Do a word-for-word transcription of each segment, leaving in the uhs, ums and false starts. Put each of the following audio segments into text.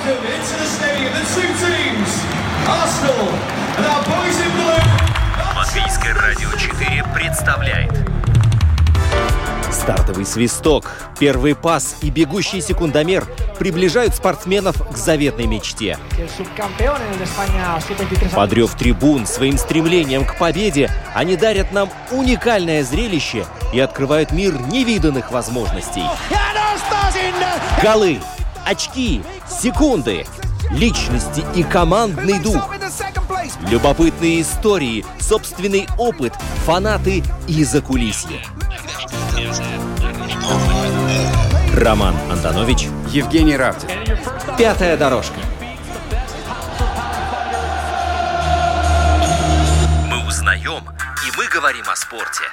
welcome into the stadium the two teams, Arsenal and our boys in blue. Латвийское радио четыре представляет стартовый свисток, первый пас и бегущий секундомер приближают спортсменов к заветной мечте. Под рев трибун своим стремлением к победе они дарят нам уникальное зрелище и открывают мир невиданных возможностей. Голы, очки, секунды, личности и командный дух. Любопытные истории, собственный опыт, фанаты и закулисье. Роман Антонович, Евгений Равдин. Пятая дорожка. мы узнаем, и мы говорим о спорте.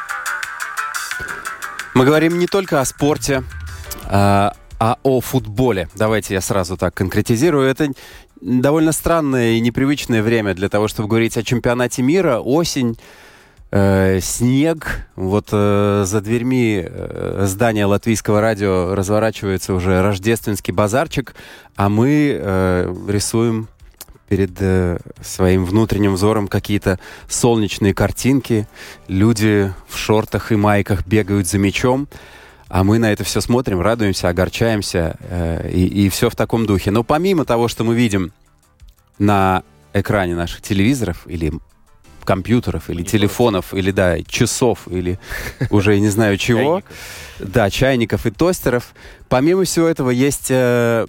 Мы говорим не только о спорте, а, а о футболе. Давайте я сразу так конкретизирую. Это довольно странное и непривычное время для того, чтобы говорить о чемпионате мира. Осень, э, снег. Вот э, за дверьми э, здания Латвийского радио разворачивается уже рождественский базарчик, а мы э, рисуем перед э, своим внутренним взором какие-то солнечные картинки. Люди в шортах и майках бегают за мячом. А мы на это все смотрим, радуемся, огорчаемся, э, и, и все в таком духе. Но помимо того, что мы видим на экране наших телевизоров или компьютеров, или телефонов, или, да, часов, или уже не знаю чего, да, чайников и тостеров, помимо всего этого есть э,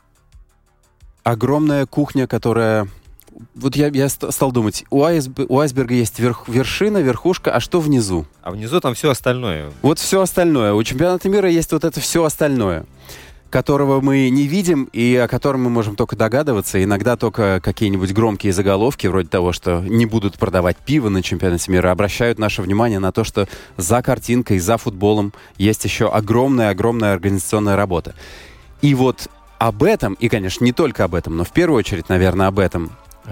огромная кухня, которая... Вот я, я стал думать, у, айсб... у айсберга есть верх... вершина, верхушка, а что внизу? А внизу там все остальное. Вот все остальное. У чемпионата мира есть вот это все остальное, которого мы не видим и о котором мы можем только догадываться. Иногда только какие-нибудь громкие заголовки, вроде того, что не будут продавать пиво на чемпионате мира, обращают наше внимание на то, что за картинкой, за футболом есть еще огромная-огромная организационная работа. И вот об этом, и, конечно, не только об этом, но в первую очередь, наверное, об этом,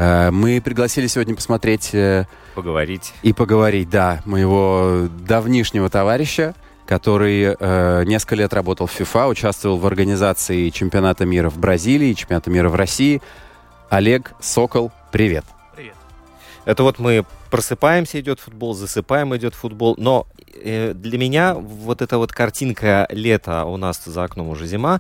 мы пригласили сегодня посмотреть... Поговорить. И поговорить, да, моего давнишнего товарища, который э, несколько лет работал в FIFA, участвовал в организации чемпионата мира в Бразилии, чемпионата мира в России. Олег Сокол, привет. Привет. Это вот мы просыпаемся, идет футбол, засыпаем, идет футбол. Но э, для меня вот эта вот картинка лета, у нас за окном уже зима,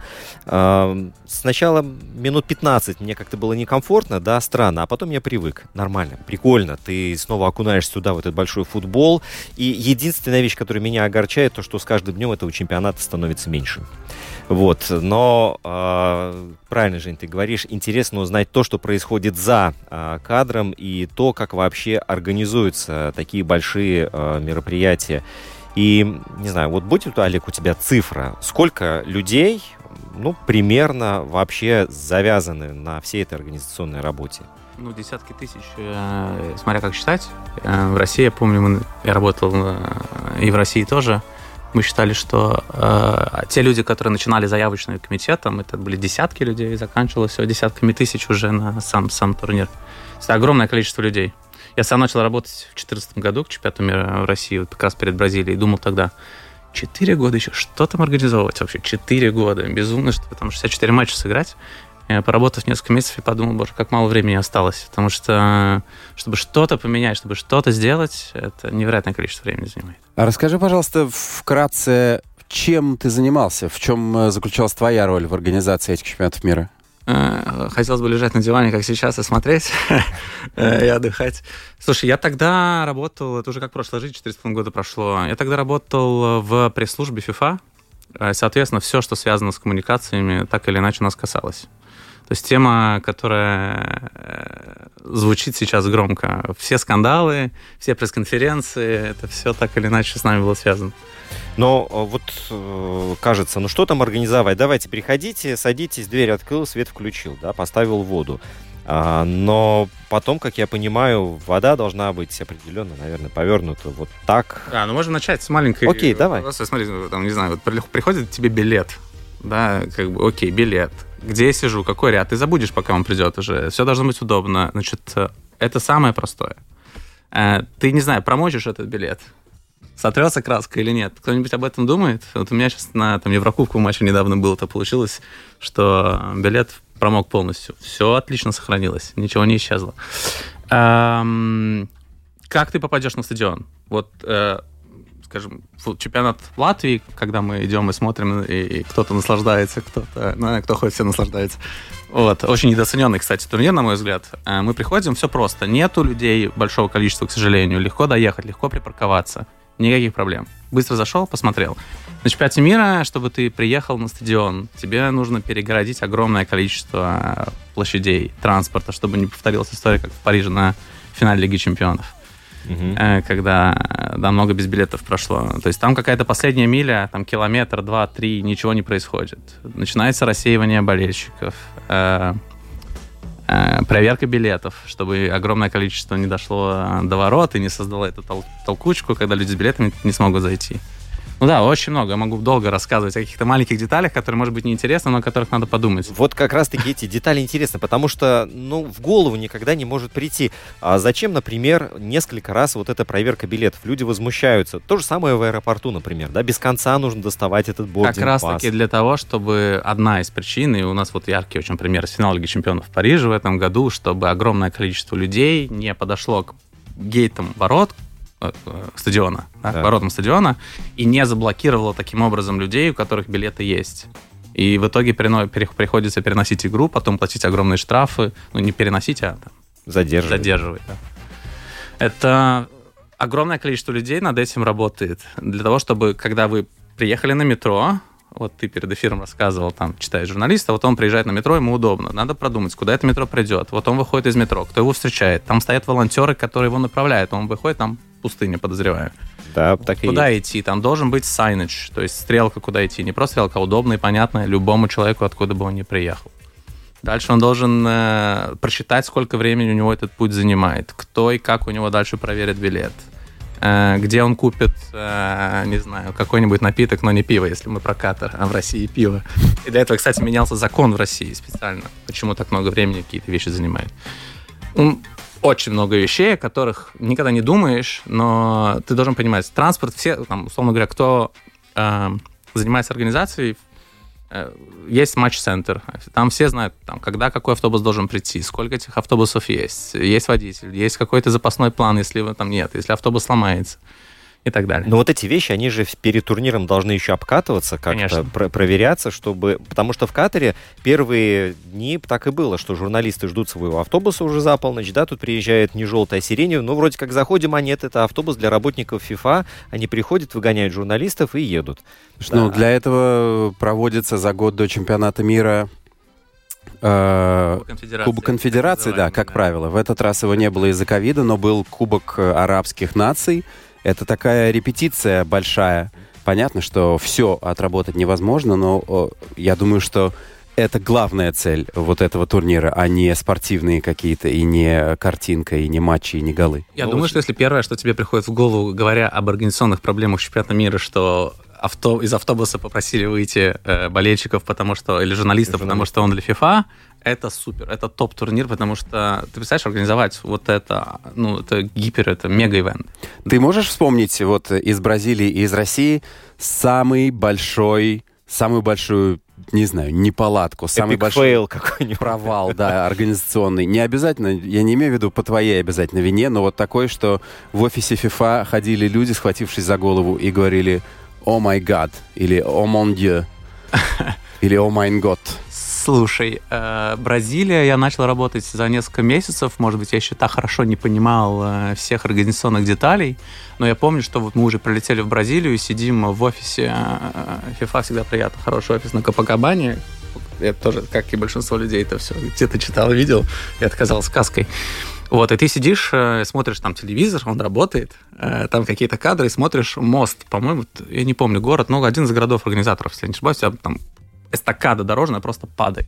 э, сначала минут пятнадцать мне как-то было некомфортно, да, странно, а потом я привык. Нормально, прикольно. Ты снова окунаешься сюда, в этот большой футбол. И единственная вещь, которая меня огорчает, то, что с каждым днем этого чемпионата становится меньше. Вот, но э, правильно, Жень, ты говоришь, интересно узнать то, что происходит за э, кадром, и то, как вообще организуются такие большие э, мероприятия. И, не знаю, вот будет, Олег, у тебя цифра, сколько людей, ну, примерно вообще завязаны на всей этой организационной работе? Ну, десятки тысяч, э, смотря как считать. Э, в России, я помню, мы, я работал э, и в России тоже. Мы считали, что э, те люди, которые начинали заявочным комитетом, это были десятки людей, и заканчивалось все десятками тысяч уже на сам, сам турнир. Это огромное количество людей. Я сам начал работать в две тысячи четырнадцатом году к чемпионату мира в России, вот как раз перед Бразилией, и думал тогда, четыре года еще, что там организовывать вообще? Четыре года, безумно, что там шестьдесят четыре матча сыграть. Я, поработав несколько месяцев, я подумал, боже, как мало времени осталось, потому что, чтобы что-то поменять, чтобы что-то сделать, это невероятное количество времени занимает. А расскажи, пожалуйста, вкратце, чем ты занимался? В чем заключалась твоя роль в организации этих чемпионатов мира? Хотелось бы лежать на диване, как сейчас, и смотреть, и отдыхать. Слушай, я тогда работал, это уже как прошлая жизнь, четыре с половиной года прошло, я тогда работал в пресс-службе FIFA, соответственно, все, что связано с коммуникациями, так или иначе нас касалось. То есть тема, которая звучит сейчас громко. Все скандалы, все пресс-конференции, это все так или иначе с нами было связано. Но вот кажется, ну что там организовать? Давайте, приходите, садитесь, дверь открыл, свет включил, да, поставил воду. А, но потом, как я понимаю, вода должна быть определенно, наверное, повернута вот так. А, ну можем начать с маленькой... Окей, давай. Смотри, там, не знаю, вот приходит тебе билет, да, как бы, окей, билет. Где я сижу, какой ряд, ты забудешь, пока он придет уже. Все должно быть удобно. Значит, это самое простое. Ты, не знаю, промочишь этот билет, сотрется краска или нет. Кто-нибудь об этом думает? Вот у меня сейчас на там, Еврокубковом матче недавно было, то получилось, что билет промок полностью. Все отлично сохранилось, ничего не исчезло. Эм, как ты попадешь на стадион? Вот, э, скажем, чемпионат Латвии, когда мы идем и смотрим, и, и кто-то наслаждается, кто-то, ну, кто ходит, все наслаждаются. Вот. Очень недооцененный, кстати, турнир, на мой взгляд. Мы приходим, все просто. Нету людей большого количества, к сожалению. Легко доехать, легко припарковаться. Никаких проблем. Быстро зашел, посмотрел. На чемпионате мира, чтобы ты приехал на стадион, тебе нужно перегородить огромное количество площадей, транспорта, чтобы не повторилась история, как в Париже на финале Лиги чемпионов. Uh-huh. Когда да, много без билетов прошло. То есть там какая-то последняя миля, там километр, два, три, ничего не происходит. Начинается рассеивание болельщиков, э, э, проверка билетов, чтобы огромное количество не дошло до ворот и не создало эту тол- толкучку, когда люди с билетами не смогут зайти. Ну да, очень много. Я могу долго рассказывать о каких-то маленьких деталях, которые, может быть, неинтересны, но о которых надо подумать. Вот как раз-таки эти детали интересны, потому что, ну, в голову никогда не может прийти. А зачем, например, несколько раз вот эта проверка билетов? Люди возмущаются. То же самое в аэропорту, например, да, без конца нужно доставать этот бординг-пасс. Как раз-таки для того, чтобы одна из причин, и у нас вот яркий очень пример с финала Лиги чемпионов в Париже в этом году, чтобы огромное количество людей не подошло к гейтам ворот, стадиона, да, да. воротам стадиона, и не заблокировала таким образом людей, у которых билеты есть. И в итоге перено, пере, приходится переносить игру, потом платить огромные штрафы. Ну, не переносить, а там, задерживать. задерживать да. Это огромное количество людей над этим работает. Для того, чтобы, когда вы приехали на метро, вот ты перед эфиром рассказывал, там, читаешь журналиста, вот он приезжает на метро, ему удобно. Надо продумать, куда это метро придет. Вот он выходит из метро, кто его встречает? Там стоят волонтеры, которые его направляют. Он выходит, там пустыня, подозреваю. Да, так и Куда есть. идти? Там должен быть signage, то есть стрелка, куда идти. Не просто стрелка, а удобная и понятная любому человеку, откуда бы он ни приехал. Дальше он должен э, просчитать, сколько времени у него этот путь занимает. Кто и как у него дальше проверит билет. Э, где он купит, э, не знаю, какой-нибудь напиток, но не пиво, если мы про Катар, а в России пиво. И для этого, кстати, менялся закон в России специально. Почему так много времени какие-то вещи занимает. Очень много вещей, о которых никогда не думаешь, но ты должен понимать, транспорт, все, там, условно говоря, кто э, занимается организацией, э, есть матч-центр, там все знают, там, когда какой автобус должен прийти, сколько этих автобусов есть, есть водитель, есть какой-то запасной план, если его там нет, если автобус сломается и так далее. Но вот эти вещи, они же перед турниром должны еще обкатываться, как-то про- проверяться, чтобы... Потому что в Катаре первые дни так и было, что журналисты ждут своего автобуса уже за полночь, да, тут приезжает не желтый, а сиреневый, ну, вроде как заходим, а нет, это автобус для работников FIFA, они приходят, выгоняют журналистов и едут. Ну, да. Для этого проводится за год до чемпионата мира э, Кубок Конфедерации, Кубок Конфедерации, да, как да. правило. В этот раз его не было из-за ковида, но был Кубок арабских наций. Это такая репетиция большая. Понятно, что все отработать невозможно, но о, я думаю, что это главная цель вот этого турнира, а не спортивные какие-то, и не картинка, и не матчи, и не голы. Я ну, думаю, очень... что если первое, что тебе приходит в голову, говоря об организационных проблемах чемпионата мира, что авто... из автобуса попросили выйти э, болельщиков, потому что, или журналистов, Журналист. потому что он для FIFA, это супер, это топ-турнир, потому что ты представляешь, организовать вот это, ну, это гипер, это мега-ивент. Ты можешь вспомнить вот из Бразилии и из России самый большой, самую большую, не знаю, неполадку, самый Epic большой fail какой-нибудь. провал, да, организационный. Не обязательно, я не имею в виду по твоей обязательно вине, но вот такой, что в офисе FIFA ходили люди, схватившись за голову, и говорили «О май гад» или «О мон дью» или «О майн год». Слушай, э, Бразилия, я начал работать за несколько месяцев, может быть, я еще так хорошо не понимал э, всех организационных деталей, но я помню, что вот мы уже прилетели в Бразилию, сидим в офисе э, FIFA, всегда приятно, хороший офис на Копакабане, я тоже, как и большинство людей, это все где-то читал, видел, и это казалось сказкой. Вот, и ты сидишь, э, смотришь там телевизор, он работает, э, там какие-то кадры, и смотришь мост, по-моему, я не помню, город, но один из городов-организаторов, если я не ошибаюсь, там эстакада дорожная просто падает.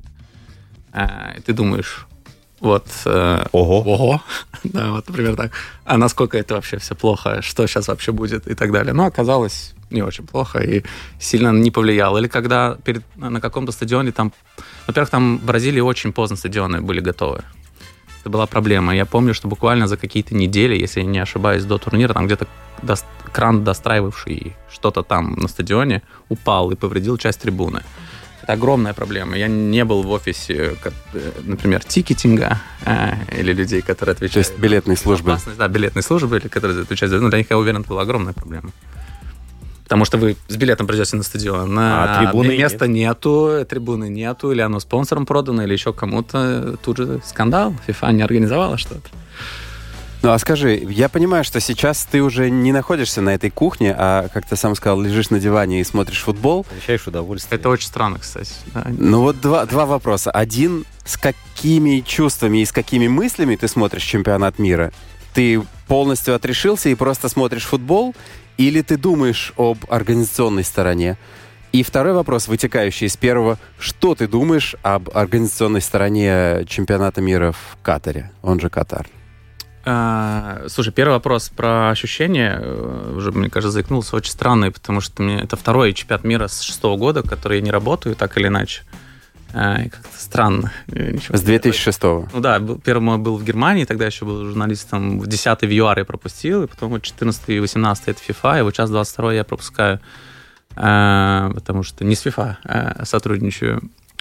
И ты думаешь, вот... Ого. Ого. Да, вот, например, так. А насколько это вообще все плохо? Что сейчас вообще будет? И так далее. Но оказалось не очень плохо и сильно не повлияло. Или когда перед, на каком-то стадионе там... Во-первых, там в Бразилии очень поздно стадионы были готовы. Это была проблема. Я помню, что буквально за какие-то недели, если я не ошибаюсь, до турнира, там где-то до... кран, достраивавший что-то там на стадионе, упал и повредил часть трибуны. Это огромная проблема. Я не был в офисе, например, тикетинга э, или людей, которые отвечают... То есть билетной службы. Да, билетной службы, или которые отвечают... Ну, для них, я уверен, это была огромная проблема. Потому что вы с билетом придете на стадион, а, а трибуны места нет. нету, трибуны нету, или оно спонсором продано, или еще кому-то. Тут же скандал, FIFA не организовала что-то. Ну, а скажи, я понимаю, что сейчас ты уже не находишься на этой кухне, а, как ты сам сказал, лежишь на диване и смотришь футбол. Получаешь удовольствие. Это очень странно, кстати. Да. Ну вот два, два вопроса. Один, с какими чувствами и с какими мыслями ты смотришь чемпионат мира? Ты полностью отрешился и просто смотришь футбол? Или ты думаешь об организационной стороне? И второй вопрос, вытекающий из первого. Что ты думаешь об организационной стороне чемпионата мира в Катаре, он же Катар? А, слушай, первый вопрос про ощущения. Уже, мне кажется, заикнулся, очень странный, потому что мне это второй чемпионат мира с шестого года, который я не работаю, так или иначе. А, и как-то странно. Ничего с две тысячи шестого? Ну да, был, первый мой был в Германии, тогда еще был журналистом. В десятый в ЮАР я пропустил, и потом вот четырнадцатый и восемнадцатый это FIFA, и вот сейчас двадцать второй я пропускаю, а, потому что не с FIFA а сотрудничаю.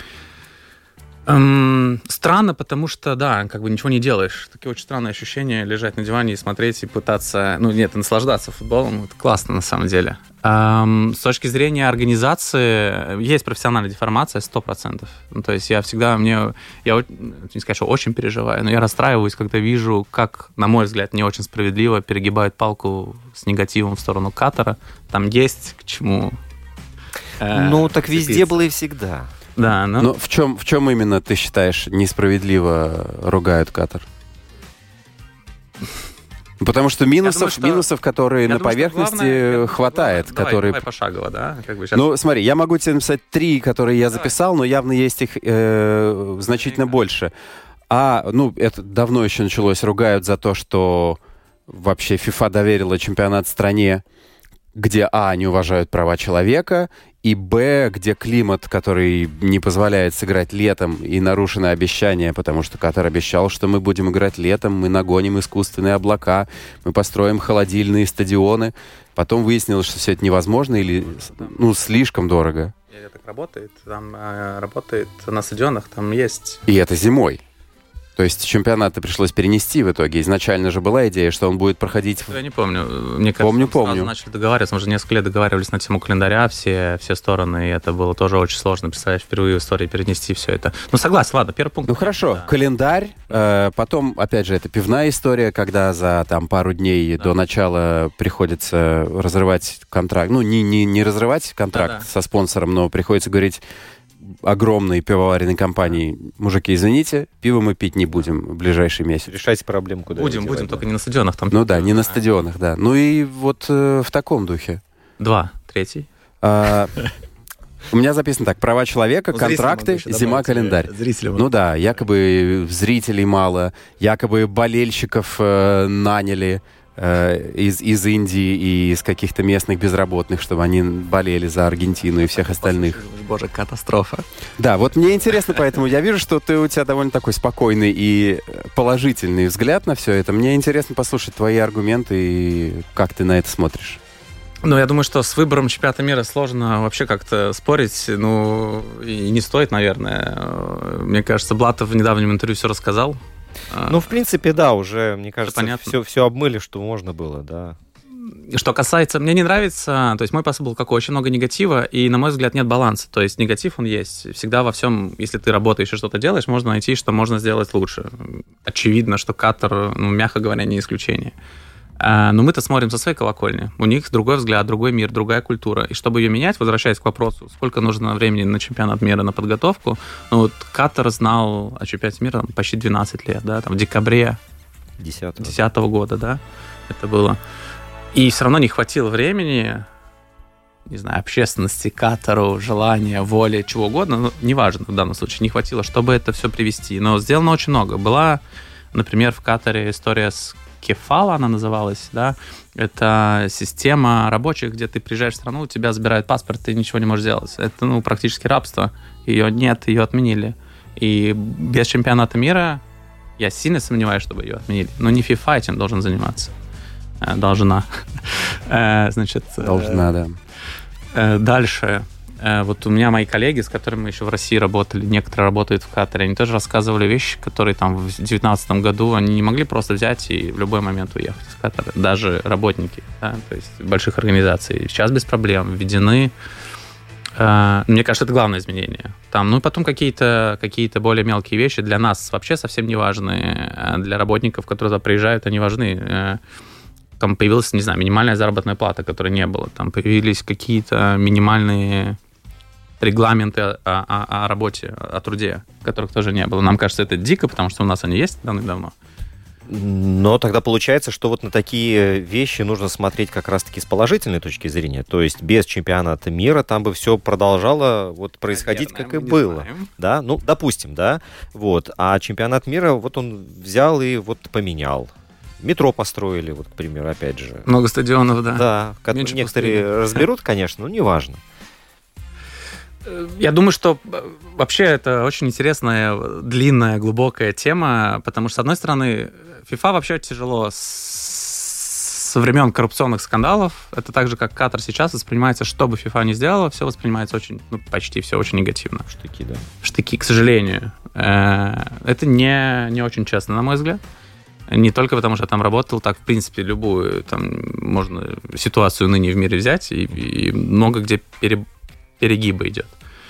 Эм, странно, потому что, да, как бы ничего не делаешь. Такие очень странные ощущения, лежать на диване и смотреть, и пытаться, ну, нет, наслаждаться футболом. Это классно, на самом деле. Эм, с точки зрения организации, есть профессиональная деформация, сто процентов. Ну, то есть я всегда, мне, я, не сказать, что очень переживаю, но я расстраиваюсь, когда вижу, как, на мой взгляд, не очень справедливо перегибают палку с негативом в сторону Катара. Там есть к чему э, Ну, так цепиться. Везде было и всегда. Да, но... Но в чем, в чем именно, ты считаешь, несправедливо ругают Катар? Потому что минусов, думаю, что... минусов которые я на думаю, поверхности, главное, хватает. Давай, которые... давай пошагово, да? Как бы сейчас... Ну, смотри, я могу тебе написать три, которые я записал, давай. Но явно есть их э, значительно больше. А, ну, это давно еще началось, ругают за то, что вообще FIFA доверила чемпионат стране, где, а, не уважают права человека, и, б, где климат, который не позволяет сыграть летом, и нарушено обещание, потому что Катар обещал, что мы будем играть летом, мы нагоним искусственные облака, мы построим холодильные стадионы. Потом выяснилось, что все это невозможно или, ну, слишком дорого. И это так работает. Там э, работает на стадионах, там есть... И это зимой. То есть чемпионат пришлось перенести в итоге. Изначально же была идея, что он будет проходить... Я не помню. Мне кажется, помню, сразу помню. начали договариваться. Мы же несколько лет договаривались на тему календаря, все, все стороны, и это было тоже очень сложно. Представляешь, впервые в истории перенести все это. Ну, согласен, ладно, первый пункт. Ну, хорошо, да. Календарь. Э, потом, опять же, это пивная история, когда за там, пару дней да. до начала приходится разрывать контракт. Ну, не, не, не разрывать контракт да, да. со спонсором, но приходится говорить... огромной пивоваренной компании: мужики, извините, пиво мы пить не будем в ближайший месяц. Решайте проблему, куда Будем, будем, только не на стадионах. Там ну да, не на стадионах, да. Ну и вот э, в таком духе. Два, третий. А, у меня записано так: права человека, ну, контракты, зима, календарь. Зрителям. Ну да, якобы зрителей мало, якобы болельщиков э, наняли из, из Индии и из каких-то местных безработных, чтобы они болели за Аргентину и всех остальных. Боже, катастрофа. Да, вот мне интересно, поэтому я вижу, что ты, у тебя довольно такой спокойный и положительный взгляд на все это. Мне интересно послушать твои аргументы и как ты на это смотришь. Ну, я думаю, что с выбором чемпионата мира сложно вообще как-то спорить. Ну, и не стоит, наверное. Мне кажется, Блатов в недавнем интервью все рассказал. Ну, в принципе, да, уже, мне кажется, понятно. все, все обмыли, что можно было, да. Что касается... Мне не нравится... То есть мой посыл был какой? Очень много негатива, и, на мой взгляд, нет баланса. То есть негатив, он есть. Всегда во всем, если ты работаешь и что-то делаешь, можно найти, что можно сделать лучше. Очевидно, что Катар, ну, мягко говоря, не исключение. Но мы-то смотрим со своей колокольни. У них другой взгляд, другой мир, другая культура. И чтобы ее менять, возвращаясь к вопросу, сколько нужно времени на чемпионат мира, на подготовку, ну вот Катар знал о чемпионате мира там, почти двенадцать лет, да, там в декабре две тысячи десятого года, да, это было. И все равно не хватило времени, не знаю, общественности, Катару, желания, воли, чего угодно, ну, неважно в данном случае, не хватило, чтобы это все привести. Но сделано очень много. Была, например, в Катаре история с Кефала, она называлась, да, это система рабочих, где ты приезжаешь в страну, у тебя забирают паспорт, ты ничего не можешь сделать. Это, ну, практически рабство. Ее нет, ее отменили. И без чемпионата мира я сильно сомневаюсь, чтобы ее отменили. Но не FIFA этим должен заниматься. Должна. Значит... Должна, да. Дальше. Вот у меня мои коллеги, с которыми мы еще в России работали, некоторые работают в Катаре, они тоже рассказывали вещи, которые там в две тысячи девятнадцатом году они не могли просто взять и в любой момент уехать из Катара. Даже работники, да, то есть больших организаций. Сейчас без проблем введены. Мне кажется, это главное изменение. Там, ну и потом какие-то, какие-то более мелкие вещи для нас вообще совсем не важны. Для работников, которые туда приезжают, они важны. Там появилась, не знаю, минимальная заработная плата, которой не было. Там появились какие-то минимальные регламенты о, о, о работе, о труде, которых тоже не было. Нам кажется, это дико, потому что у нас они есть давным-давно. Но тогда получается, что вот на такие вещи нужно смотреть как раз-таки с положительной точки зрения. То есть без чемпионата мира там бы все продолжало вот происходить, наверное, как и было. Знаем. Да, ну, допустим, да. Вот. А чемпионат мира, вот он взял и вот поменял. Метро построили, вот, к примеру, опять же. Много стадионов, да. Да, меньше некоторые пустыни разберут, конечно, но неважно. Я думаю, что вообще это очень интересная, длинная, глубокая тема, потому что, с одной стороны, FIFA вообще тяжело с, со времен коррупционных скандалов. Это так же, как Катар сейчас воспринимается, что бы FIFA ни сделала, все воспринимается очень, ну, почти все очень негативно. Штыки, да. Штыки, к сожалению. Это не, не очень честно, на мой взгляд. Не только потому, что я там работал, так, в принципе, любую там можно ситуацию ныне в мире взять, и, и много где пере, перегиба идет.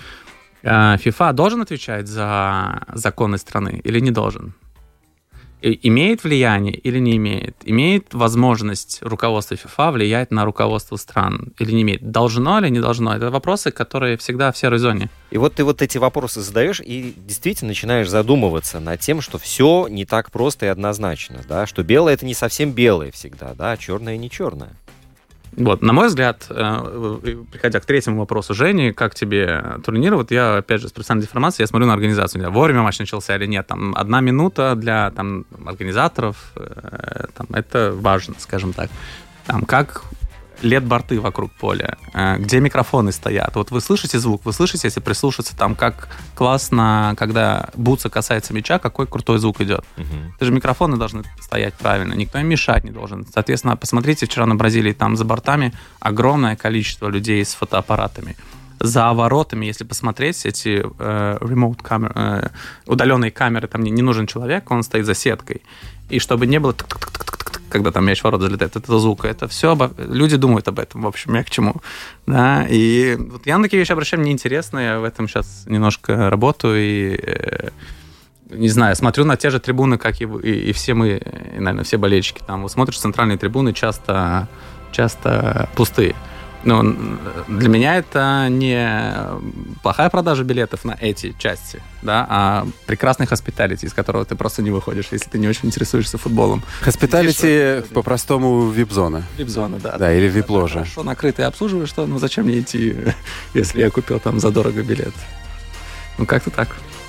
FIFA должен отвечать за законы страны или не должен? И имеет влияние или не имеет? Имеет возможность руководство FIFA влиять на руководство стран или не имеет? Должно или не должно? Это вопросы, которые всегда в серой зоне. И вот ты вот эти вопросы задаешь и действительно начинаешь задумываться над тем, что все не так просто и однозначно, да? Что белое — это не совсем белое всегда, да? А черное — не черное. Вот, на мой взгляд, приходя к третьему вопросу Жени, как тебе турнир, вот я, опять же, с профессиональной информацией, я смотрю на организацию, вовремя матч начался или нет, там, одна минута для там, организаторов, там, это важно, скажем так. Там, как лед-борты вокруг поля, где микрофоны стоят. Вот вы слышите звук, вы слышите, если прислушаться, там, как классно, когда бутса касается мяча, какой крутой звук идет. Угу. Это же микрофоны должны стоять правильно, никто им мешать не должен. Соответственно, посмотрите, вчера на Бразилии, там за бортами огромное количество людей с фотоаппаратами. За воротами, если посмотреть, эти э, remote камеры, э, удаленные камеры, там не, не нужен человек, он стоит за сеткой. И чтобы не было, когда там мяч в ворот залетает, это звук, это все, обо... люди думают об этом, в общем, я к чему. Да, и вот я на такие вещи обращаю, мне интересно, я в этом сейчас немножко работаю, и, э, не знаю, смотрю на те же трибуны, как и, и, и все мы, и, наверное, все болельщики. Там вот смотришь, центральные трибуны часто, часто пустые. Но для меня это не плохая продажа билетов на эти части, да, а прекрасный хоспиталити, из которого ты просто не выходишь, если ты не очень интересуешься футболом. Хоспиталити по-простому вип-зона. Вип-зона, да. Да, или вип-ложа. Хорошо накрытый, обслуживаешь, что, ну зачем мне идти, если я купил там задорого билет? Ну как-то так.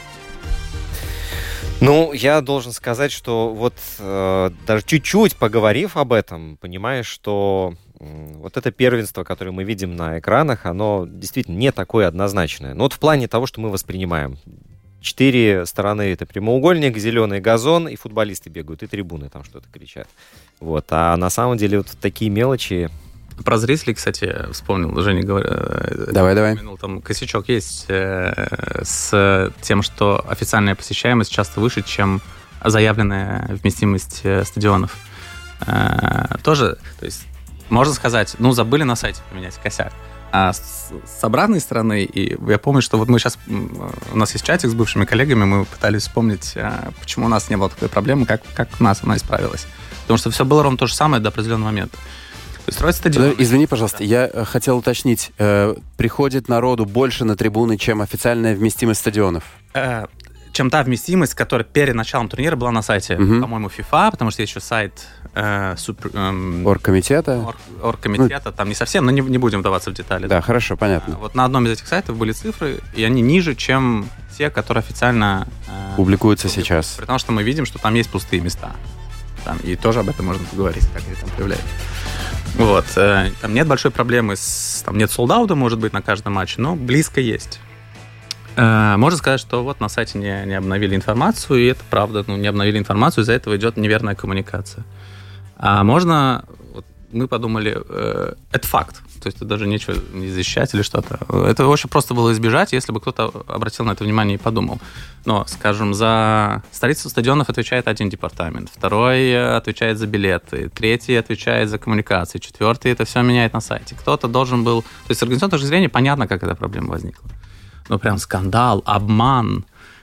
Ну, я должен сказать, что вот э, даже чуть-чуть поговорив об этом, понимаешь, что э, вот это первенство, которое мы видим на экранах, оно действительно не такое однозначное. Но вот в плане того, что мы воспринимаем. Четыре стороны — это прямоугольник, зеленый газон, и футболисты бегают, и трибуны там что-то кричат. Вот. А на самом деле вот такие мелочи... Про зрителей, кстати, вспомнил, Женя говорил. Давай, давай. Там косячок есть э, с тем, что официальная посещаемость часто выше, чем заявленная вместимость стадионов. Э, тоже, то есть, можно сказать, ну, забыли на сайте поменять косяк. А с, с обратной стороны, и я помню, что вот мы сейчас, у нас есть чатик с бывшими коллегами, мы пытались вспомнить, почему у нас не было такой проблемы, как, как у нас она исправилась. Потому что все было ровно то же самое до определенного момента. Строить стадион. Извини, пожалуйста, да. Я хотел уточнить, э, приходит народу больше на трибуны, чем официальная вместимость стадионов? Э, чем та вместимость, которая перед началом турнира была на сайте, угу. по-моему, FIFA, потому что есть еще сайт э, супер, э, оргкомитета. Ор, оргкомитета, ну, там не совсем, но не, не будем вдаваться в детали. Да, да. Хорошо, понятно. Э, вот на одном из этих сайтов были цифры, и они ниже, чем те, которые официально э, публикуются сейчас. Потому что мы видим, что там есть пустые места. Там, и тоже об этом можно поговорить, как они там появляются. Вот. Там нет большой проблемы, с, там нет солдаута, может быть, на каждом матче, но близко есть. Можно сказать, что вот на сайте не, не обновили информацию, и это правда, ну, не обновили информацию, из-за этого идет неверная коммуникация. А можно, вот, мы подумали, э, это факт. То есть это даже нечего не защищать или что-то. Это очень просто было избежать, если бы кто-то обратил на это внимание и подумал. Но, скажем, за столицу стадионов отвечает один департамент, второй отвечает за билеты, третий отвечает за коммуникации, четвертый это все меняет на сайте. Кто-то должен был... То есть с организационной точки зрения понятно, как эта проблема возникла. Ну, прям скандал, обман,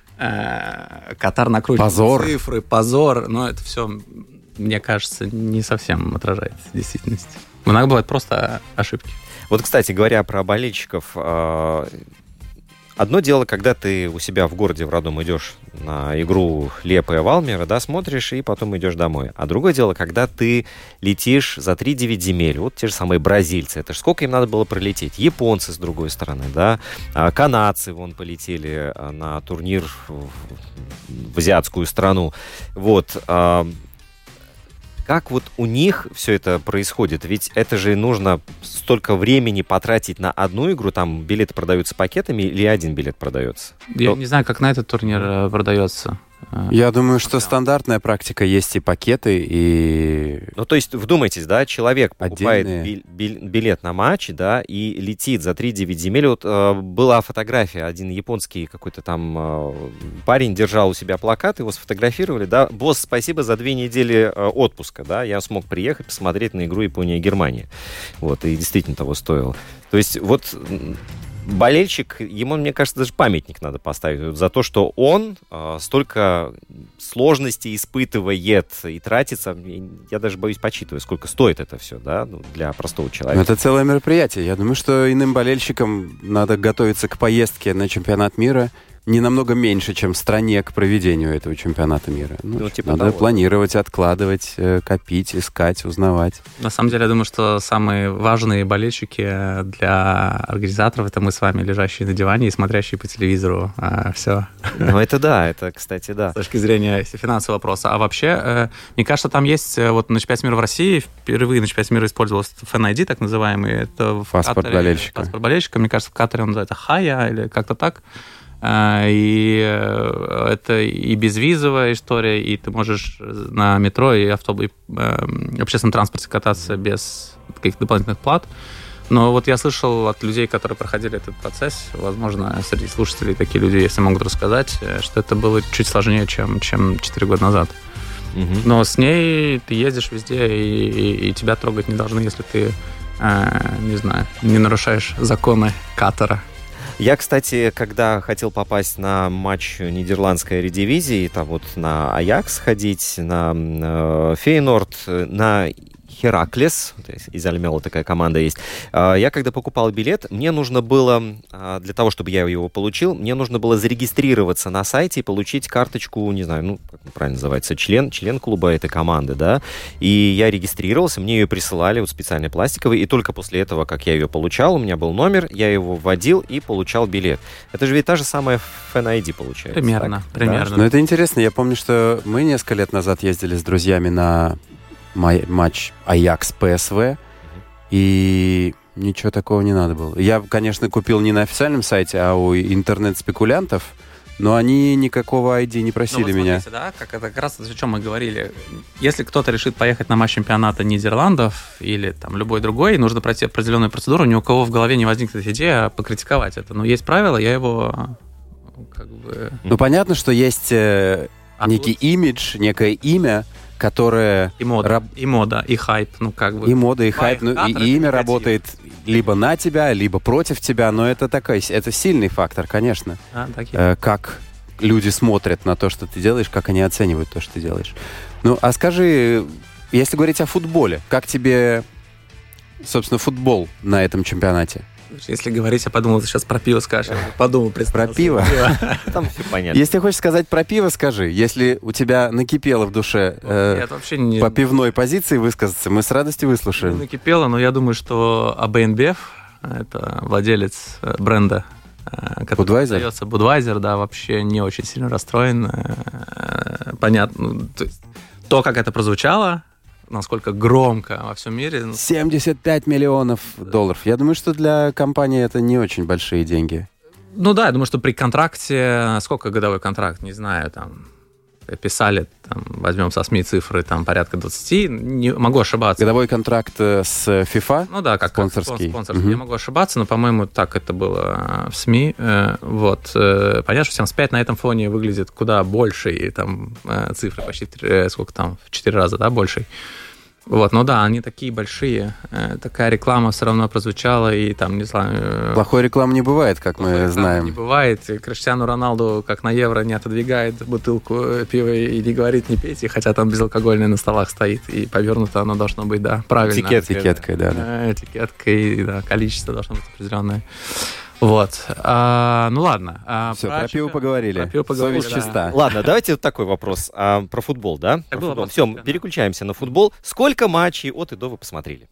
э, Катар накручивает позор. цифры, позор. Но это все, мне кажется, не совсем отражает действительность. Иногда бывают просто ошибки. Вот, кстати, говоря про болельщиков, одно дело, когда ты у себя в городе, в родном, идешь на игру Лепо и Валмера, да, смотришь и потом идешь домой. А другое дело, когда ты летишь за три-девять земель, вот те же самые бразильцы, это ж сколько им надо было пролететь? Японцы, с другой стороны, да, канадцы, вон, полетели на турнир в азиатскую страну. Вот, как вот у них все это происходит? Ведь это же нужно столько времени потратить на одну игру. Там билеты продаются пакетами или один билет продается? Я Но... не знаю, как на этот турнир продается. Я думаю, что стандартная практика, есть и пакеты, и... Ну, то есть, вдумайтесь, да, человек покупает Отдельные. би- би- билет на матч, да, и летит за три-девять земель. Вот э, была фотография, один японский какой-то там э, парень держал у себя плакат, его сфотографировали, да. Босс, спасибо за две недели э, отпуска, да, я смог приехать, посмотреть на игру Япония-Германия. Вот, и действительно того стоило. То есть, вот... Болельщик, ему, мне кажется, даже памятник надо поставить за то, что он э, столько сложностей испытывает и тратится. Я даже боюсь подсчитывать, сколько стоит это все, да, ну, для простого человека. Это целое мероприятие. Я думаю, что иным болельщикам надо готовиться к поездке на чемпионат мира не намного меньше, чем в стране к проведению этого чемпионата мира. Ну, Ну, типа надо того. планировать, откладывать, э, копить, искать, узнавать. На самом деле, я думаю, что самые важные болельщики для организаторов — это мы с вами, лежащие на диване и смотрящие по телевизору. А, все. Ну, это да, это, кстати, да. С точки зрения финансового вопроса. А вообще, э, мне кажется, там есть э, вот на чемпионате мира в России впервые на чемпионате мира использовался фэн ай ди, так называемый. Это в Паспорт Катаре, болельщика. Паспорт болельщика. Мне кажется, в Катаре он называется Хая или как-то так. И это и безвизовая история, и ты можешь на метро и автобус, и общественном транспорте кататься без каких-то дополнительных плат. Но вот я слышал от людей, которые проходили этот процесс, возможно, среди слушателей такие люди, если могут рассказать, что это было чуть сложнее, чем, чем четыре года назад. Мгм. Но с ней ты ездишь везде, и, и, и тебя трогать не должны, если ты, э, не знаю, не нарушаешь законы Катара. Я, кстати, когда хотел попасть на матч нидерландской редивизии, там вот на Аякс ходить, на э, Фейнорд, на Хераклес, из Альмела такая команда есть. Я когда покупал билет, мне нужно было, для того, чтобы я его получил, мне нужно было зарегистрироваться на сайте и получить карточку, не знаю, ну, как правильно называется, член, член клуба этой команды, да. И я регистрировался, мне ее присылали, вот специальной пластиковой, и только после этого, как я ее получал, у меня был номер, я его вводил и получал билет. Это же ведь та же самая фэн ай ди получается. Примерно, так? примерно. Да? Но это интересно. Я помню, что мы несколько лет назад ездили с друзьями на матч Аякс-пэ эс вэ, и ничего такого не надо было. Я, конечно, купил не на официальном сайте, а у интернет-спекулянтов, но они никакого ай ди не просили ну, вот меня. смотрите, да, как это как раз о чем мы говорили. Если кто-то решит поехать на матч чемпионата Нидерландов или там любой другой, нужно пройти определенную процедуру, ни у кого в голове не возникнет идея покритиковать это. Но есть правила, я его как бы... Ну, понятно, что есть э, А некий тут- имидж, некое имя, которое... И мода, раб- и мода, и хайп, ну как бы. И мода, и хайп, ну, Катар — и, это и имя негатив. работает либо на тебя, либо против тебя, но это такой, это сильный фактор, конечно. Да, такие. Э, как люди смотрят на то, что ты делаешь, как они оценивают то, что ты делаешь. Ну, а скажи, если говорить о футболе, как тебе, собственно, футбол на этом чемпионате? Если говорить, я подумал, ты сейчас про пиво скажешь. Я подумал, представил Про себе пиво? Там все понятно. Если хочешь сказать про пиво, скажи. Если у тебя накипело в душе э, Нет, вообще не по пивной позиции высказаться, мы с радостью не выслушаем. накипело, но я думаю, что эй би эн би эф, это владелец э, бренда, э, который Budweiser? продается, Budweiser, да, вообще не очень сильно расстроен. Э, Понятно. Ну, то есть, то, как это прозвучало, насколько громко во всем мире. ну, семьдесят пять миллионов долларов. Я думаю, что для компании это не очень большие деньги. Ну да, я думаю, что при контракте, сколько годовой контракт, не знаю, там, писали, там, возьмем со СМИ цифры, там, порядка двадцать, не, могу ошибаться. Годовой контракт с FIFA? Ну да, как спонсорский. Как спонсорский. Угу. Я могу ошибаться, но, по-моему, так это было в СМИ. Вот. Понятно, что семьдесят пять на этом фоне выглядит куда больше, и там цифры почти, сколько там, в четыре раза, да, больше. Вот, ну да, они такие большие, такая реклама все равно прозвучала, и там, не знаю... Плохой рекламы не бывает, как мы знаем. Не бывает, Криштиану Роналду, как на Евро, не отодвигает бутылку пива и не говорит «не пейте», хотя там безалкогольное на столах стоит, и повернуто оно должно быть, да, правильно. Этикет, этикеткой, да, да. Этикеткой, да, количество должно быть определенное. Вот. А, ну ладно. А, Все, про, про пиво поговорили. Про пиво поговорили. Совесть чиста. Ладно, давайте вот такой вопрос. А, про футбол, да? Про футбол. Все, да. Переключаемся на футбол. Сколько матчей от и до вы посмотрели?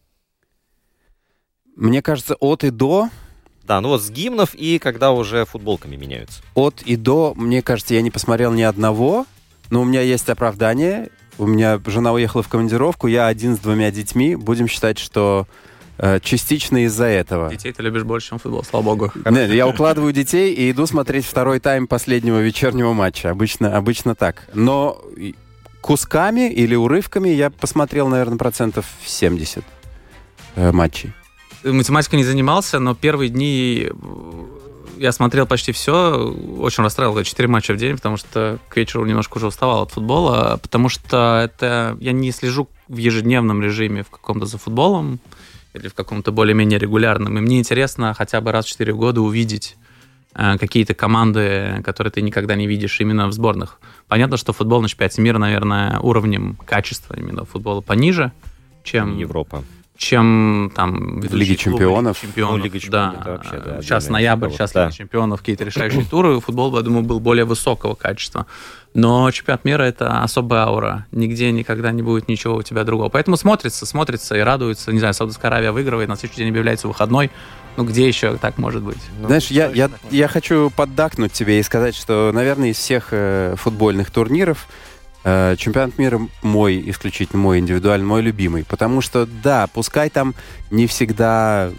Мне кажется, от и до... Да, ну вот с гимнов и когда уже футболками меняются. От и до, мне кажется, я не посмотрел ни одного, но у меня есть оправдание. У меня жена уехала в командировку, я один с двумя детьми. Будем считать, что... частично из-за этого. Детей ты любишь больше, чем футбол, слава богу. Нет, я укладываю детей и иду смотреть второй тайм последнего вечернего матча. Обычно, обычно так. Но кусками или урывками я посмотрел, наверное, процентов семьдесят э, матчей. Математикой не занимался, но первые дни я смотрел почти все. Очень расстраивал четыре матча в день, потому что к вечеру немножко уже уставал от футбола, потому что это я не слежу в ежедневном режиме в каком-то за футболом, или в каком-то более-менее регулярном. И мне интересно хотя бы раз в четыре года увидеть э, какие-то команды, которые ты никогда не видишь именно в сборных. Понятно, что футбол на чемпионате мира, наверное, уровнем качества именно футбола пониже, чем Европа. Чем там в Лиге чемпионов. чемпионов. Ну, Лига чемпионов, да. это вообще, да, сейчас ноябрь, вот, сейчас да. Лига чемпионов, какие-то решающие туры. Футбол, я думаю, был более высокого качества. Но чемпионат мира — это особая аура. Нигде никогда не будет ничего у тебя другого. Поэтому смотрится, смотрится и радуется. Не знаю, Саудовская Аравия выигрывает, на следующий день объявляется выходной. Ну, где еще так может быть? Ну, Знаешь, я, я, я хочу поддакнуть тебе и сказать, что, наверное, из всех э, футбольных турниров э, чемпионат мира мой, исключительно мой индивидуальный, мой любимый. Потому что, да, пускай там не всегда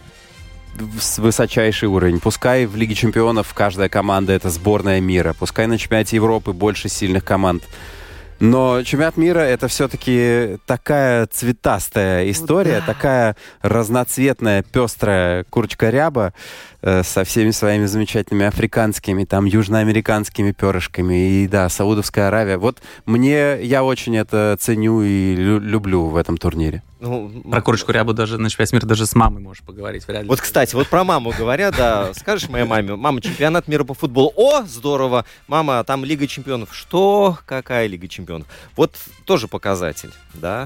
высочайший уровень. Пускай в Лиге чемпионов каждая команда — это сборная мира. Пускай на чемпионате Европы больше сильных команд. Но чемпионат мира — это все-таки такая цветастая история, да. Такая разноцветная, пестрая курочка-ряба э, со всеми своими замечательными африканскими, там, южноамериканскими перышками. И да, Саудовская Аравия. Вот мне, я очень это ценю и лю- люблю в этом турнире. Ну, про курочку-рябу даже на чемпионате мира даже с мамой можешь поговорить. Вряд ли. Вот, кстати, вот про маму говоря, да, скажешь моей маме: мама, чемпионат мира по футболу, о, здорово, мама, там Лига чемпионов. Что? Какая Лига чемпионов? Вот тоже показатель, да.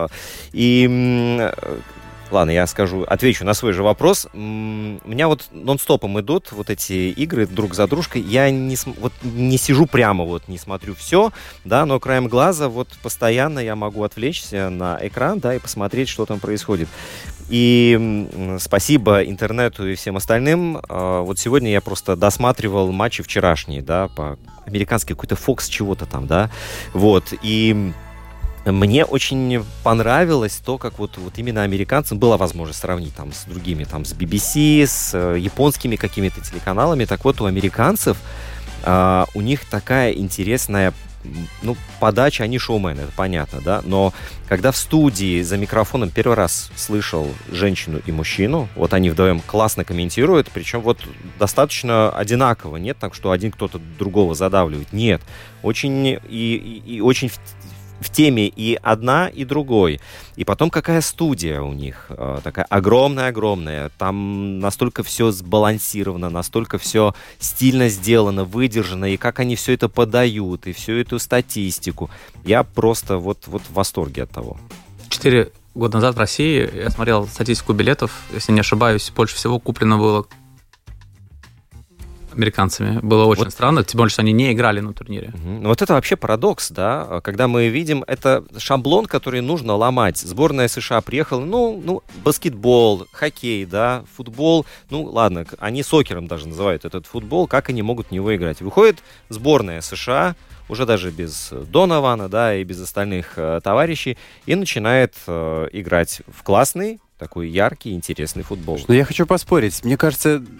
И ладно, я скажу, отвечу на свой же вопрос. У меня вот нон-стопом идут вот эти игры друг за дружкой. Я не, вот, не сижу прямо, вот, не смотрю все, да, но краем глаза вот постоянно я могу отвлечься на экран, да, и посмотреть, что там происходит. И спасибо интернету и всем остальным. Вот сегодня я просто досматривал матчи вчерашние, да, по американски какой-то Fox чего-то там, да, вот, и мне очень понравилось то, как вот, вот именно американцам была возможность сравнить там с другими, там с би би си, с э, японскими какими-то телеканалами. Так вот, у американцев э, у них такая интересная, ну, подача, они шоумены, это понятно, да, но когда в студии за микрофоном первый раз слышал женщину и мужчину, вот они вдвоем классно комментируют, причем вот достаточно одинаково, нет так, что один кто-то другого задавливает, нет, очень и, и, и очень в, в теме и одна, и другой. И потом какая студия у них, э, такая огромная-огромная, там настолько все сбалансировано, настолько все стильно сделано, выдержано, и как они все это подают, и всю эту статистику. Я просто вот, вот в восторге от того. Четыре года назад в России я смотрел статистику билетов, если не ошибаюсь, больше всего куплено было американцами. Было очень вот. Странно, тем более, что они не играли на турнире. Угу. Ну, вот это вообще парадокс, да, когда мы видим, это шаблон, который нужно ломать. Сборная США приехала, ну, ну, баскетбол, хоккей, да, футбол, ну, ладно, они сокером даже называют этот футбол, как они могут в него играть. Выходит сборная США, уже даже без Донована, да, и без остальных э, товарищей, и начинает э, играть в классный, такой яркий, интересный футбол. Но я хочу поспорить, мне кажется...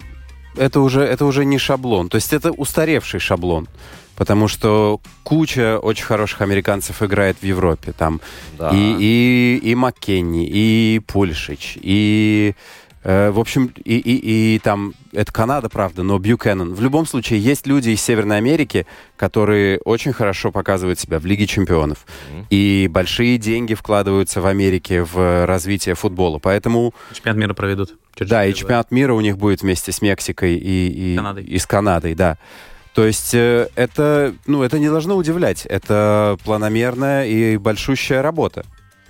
это уже, это уже не шаблон. То есть это устаревший шаблон. Потому что куча очень хороших американцев играет в Европе. Там да. и, и, и Маккенни, и Пульшич, и... В общем, и, и, и там, это Канада, правда, но Бьюкенен. В любом случае, есть люди из Северной Америки, которые очень хорошо показывают себя в Лиге чемпионов. Mm-hmm. И большие деньги вкладываются в Америке в развитие футбола. Поэтому... Чемпионат мира проведут. Да, и чемпионат мира у них будет вместе с Мексикой и, и, Канадой. и с Канадой, да. То есть это, ну, это не должно удивлять. Это планомерная и большущая работа.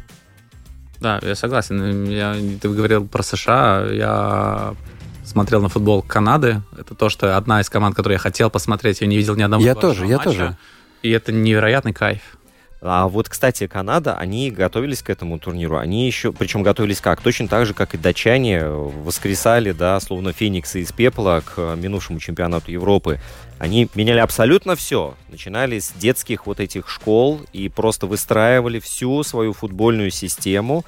Да, я согласен. Я, ты говорил про США. Я смотрел на футбол Канады. Это то, что одна из команд, которую я хотел посмотреть. Я не видел ни одного я тоже, я матча. тоже. И это невероятный кайф. А вот, кстати, Канада, они готовились к этому турниру. Они еще, причем готовились как? Точно так же, как и датчане, воскресали, да, словно фениксы из пепла к минувшему чемпионату Европы. Они меняли абсолютно все. Начинали с детских вот этих школ и просто выстраивали всю свою футбольную систему.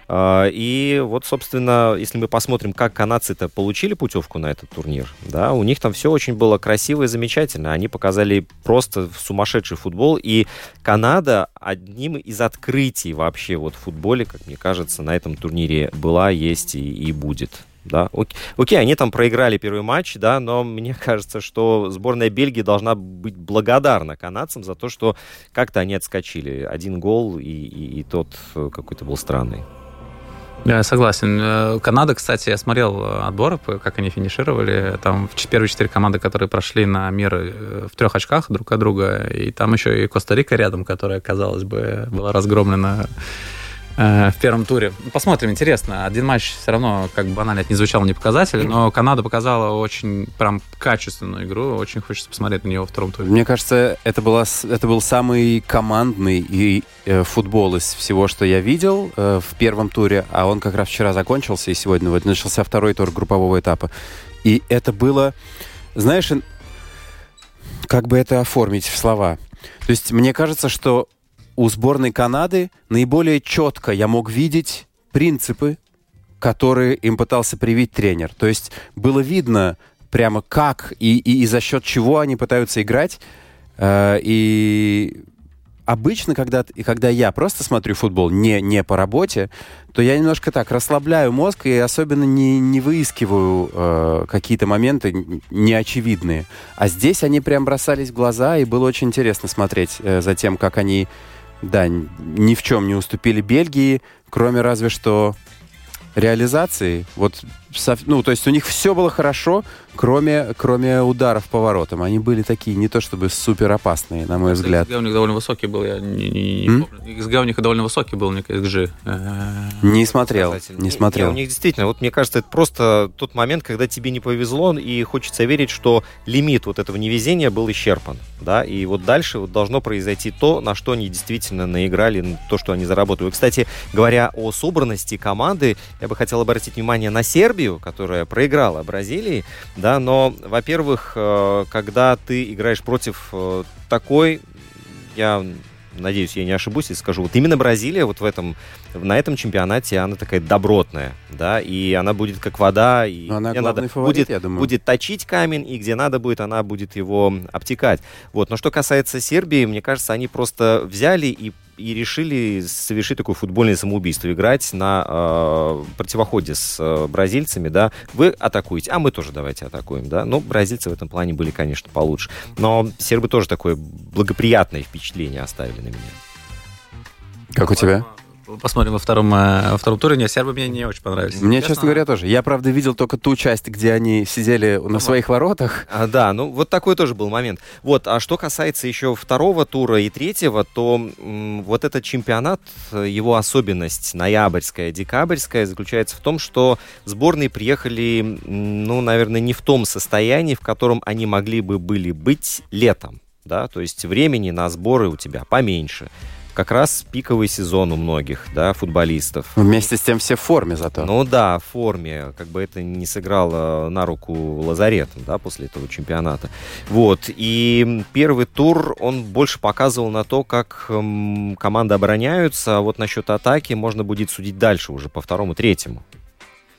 И вот, собственно, если мы посмотрим, как канадцы-то получили путевку на этот турнир, да, у них там все очень было красиво и замечательно. Они показали просто сумасшедший футбол. И Канада одним из открытий вообще вот в футболе, как мне кажется, на этом турнире была, есть и, и будет. Да, окей. окей, они там проиграли первый матч, да, но мне кажется, что сборная Бельгии должна быть благодарна канадцам за то, что как-то они отскочили. Один гол и, и, и тот какой-то был странный. Я согласен. Канада, кстати, я смотрел отборы, как они финишировали. Там первые четыре команды, которые прошли на мир в трех очках друг от друга. И там еще и Коста-Рика рядом, которая, казалось бы, была разгромлена в первом туре. Посмотрим, интересно. Один матч все равно, как банально это не звучало, не показатель, но Канада показала очень прям качественную игру. Очень хочется посмотреть на нее во втором туре. Мне кажется, это, была, это был самый командный и, э, футбол из всего, что я видел э, в первом туре, а он как раз вчера закончился, и сегодня вот начался второй тур группового этапа. И это было, знаешь, как бы это оформить в слова? То есть мне кажется, что у сборной Канады наиболее четко я мог видеть принципы, которые им пытался привить тренер. То есть было видно прямо как и, и, и за счет чего они пытаются играть. Э, и обычно, когда, когда я просто смотрю футбол не, не по работе, то я немножко так расслабляю мозг и особенно не, не выискиваю э, какие-то моменты неочевидные. А здесь они прям бросались в глаза, и было очень интересно смотреть э, за тем, как они... Да, ни в чем не уступили Бельгии, кроме разве что реализации. Вот, ну, то есть у них все было хорошо, кроме, кроме ударов по воротам. Они были такие не то чтобы супер опасные, на мой взгляд. икс джи у них довольно высокий был, я не, не, не помню. икс джи у них довольно высокий был, икс джи. Не смотрел, не смотрел. Не, у них действительно, вот мне кажется, это просто тот момент, когда тебе не повезло, и хочется верить, что лимит вот этого невезения был исчерпан. Да, и вот дальше вот должно произойти то, на что они действительно наиграли, то, что они заработали. Кстати, говоря о собранности команды, я бы хотел обратить внимание на Сербию, которая проиграла Бразилии, да, но, во-первых, когда ты играешь против такой, я надеюсь, я не ошибусь, и скажу, вот именно Бразилия вот в этом, на этом чемпионате, она такая добротная, да, и она будет как вода, и она надо, фаворит, будет, я думаю. будет точить камень, и где надо будет, она будет его обтекать. Вот. Но что касается Сербии, мне кажется, они просто взяли и и решили совершить такое футбольное самоубийство, играть на э, противоходе с э, бразильцами, да, вы атакуете, а мы тоже давайте атакуем, да, ну, бразильцы в этом плане были, конечно, получше, но сербы тоже такое благоприятное впечатление оставили на меня. Как у тебя? Посмотрим во втором, во втором туре. Нет, сербы мне не очень понравились. Мне, честно, честно говоря, тоже. Я, правда, видел только ту часть, где они сидели на своих воротах. А, да, ну вот такой тоже был момент. Вот, а что касается еще второго тура и третьего, то м, вот этот чемпионат, его особенность ноябрьская, декабрьская, заключается в том, что сборные приехали, ну, наверное, не в том состоянии, в котором они могли бы были быть летом, да, то есть времени на сборы у тебя поменьше. Как раз пиковый сезон у многих, да, футболистов. Вместе с тем все в форме зато. Ну да, в форме. Как бы это не сыграло на руку лазаретом, да, после этого чемпионата. Вот. И первый тур, он больше показывал на то, как эм, команды обороняются, а вот насчет атаки можно будет судить дальше уже по второму, третьему.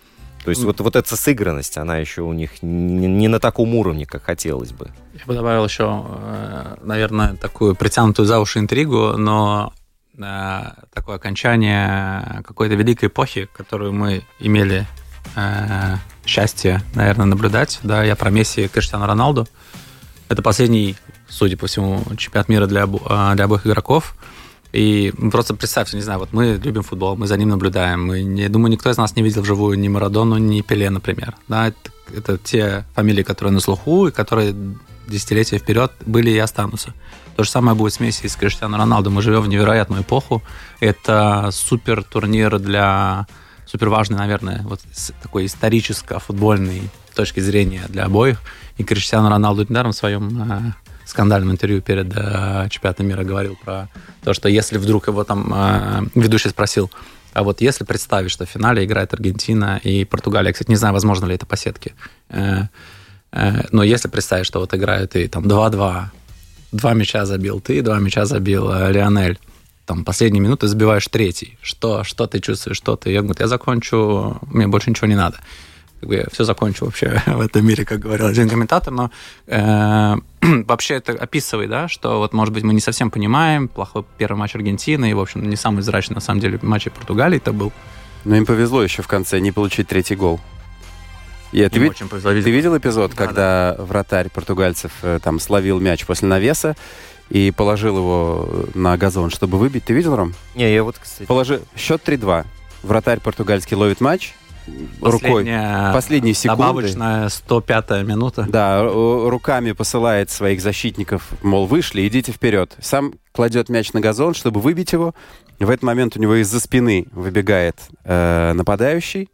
То есть вот, вот эта сыгранность, она еще у них не, не на таком уровне, как хотелось бы. Я бы добавил еще, наверное, такую притянутую за уши интригу, но такое окончание какой-то великой эпохи, которую мы имели счастье, наверное, наблюдать. Да, я про Месси и Криштиану Роналду. Это последний, судя по всему, чемпионат мира для, для обоих игроков. И просто представьте, не знаю, вот мы любим футбол, мы за ним наблюдаем. Мы не, думаю, никто из нас не видел вживую ни Марадону, ни Пеле, например. Да, это, это те фамилии, которые на слуху, и которые десятилетия вперед были и останутся. То же самое будет с Месси и с Криштиану Роналду. Мы живем в невероятную эпоху. Это супер турнир для... Супер важный, наверное, вот такой историческо-футбольный с точки зрения для обоих. И Криштиану Роналду недаром в своем э, скандальном интервью перед э, чемпионатом мира говорил про то, что если вдруг его там э, ведущий спросил, а вот если представить, что в финале играет Аргентина и Португалия, кстати, не знаю, возможно ли это по сетке, э, э, но если представить, что вот играют и там два-два, два мяча забил ты, два мяча забил э, Лионель, там, последние минуты забиваешь третий. Что, что ты чувствуешь, что ты? Я говорю, я закончу, мне больше ничего не надо. Как бы я все закончу вообще в этом мире, как говорил один комментатор, но э, вообще это описывает, да, что вот, может быть, мы не совсем понимаем, плохой первый матч Аргентины, и, в общем, не самый зрачный, на самом деле, матч Португалии это был. Но им повезло еще в конце не получить третий гол. Я, ты, очень повезло, ты видел эпизод, да, когда да. вратарь португальцев там словил мяч после навеса и положил его на газон, чтобы выбить? Ты видел, Ром? Не, я вот, кстати... Положи... Счет три-два. Вратарь португальский ловит мяч рукой. Последние секунды. Добавочная сто пятая минута. Да, руками посылает своих защитников, мол, вышли, идите вперед. Сам кладет мяч на газон, чтобы выбить его. В этот момент у него из-за спины выбегает э, нападающий,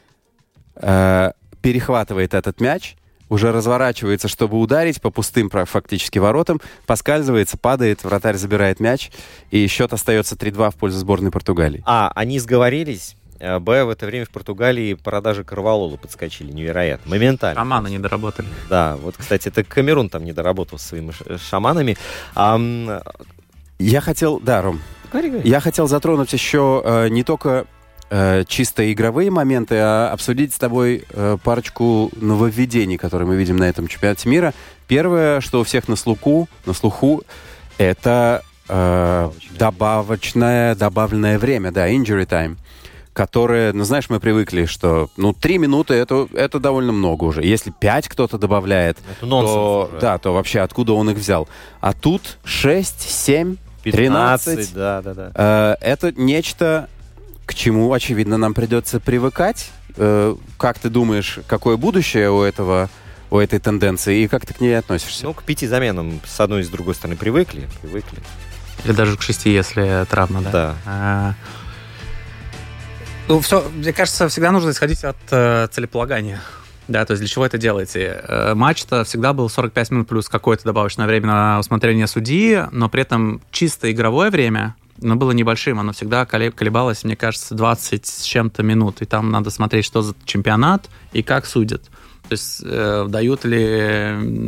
э, перехватывает этот мяч, уже разворачивается, чтобы ударить по пустым фактически воротам, поскальзывается, падает, вратарь забирает мяч, и счет остается три-два в пользу сборной Португалии. А, они сговорились. Б, в это время в Португалии продажи корвалола подскочили невероятно, моментально. Шаманы не доработали. Да, вот, кстати, это Камерун там не доработал со своими шаманами. А... Я хотел, да, Ром, говори, говори. Я хотел затронуть еще э, не только э, чисто игровые моменты, а обсудить с тобой э, парочку нововведений, которые мы видим на этом чемпионате мира. Первое, что у всех на слуху, на слуху, это э, добавочное, добавленное время, да, injury time, которое, ну, знаешь, мы привыкли, что, ну, три минуты это, это довольно много уже. Если пять кто-то добавляет, то, да, то вообще откуда он их взял? А тут шесть, семь, тринадцать. Да, да, да. Э, это нечто, к чему, очевидно, нам придется привыкать. Э, как ты думаешь, какое будущее у этого, у этой тенденции, и как ты к ней относишься? Ну, к пяти заменам с одной и с другой стороны привыкли, привыкли. Или даже к шести, если травма, да? Да. А, ну, все, мне кажется, всегда нужно исходить от э, целеполагания. Да, то есть для чего это делаете? Э, матч-то всегда был сорок пять минут плюс какое-то добавочное время на усмотрение судьи, но при этом чисто игровое время, но было небольшим, оно всегда колебалось, мне кажется, двадцать с чем-то минут, и там надо смотреть, что за чемпионат и как судят. То есть э, дают ли...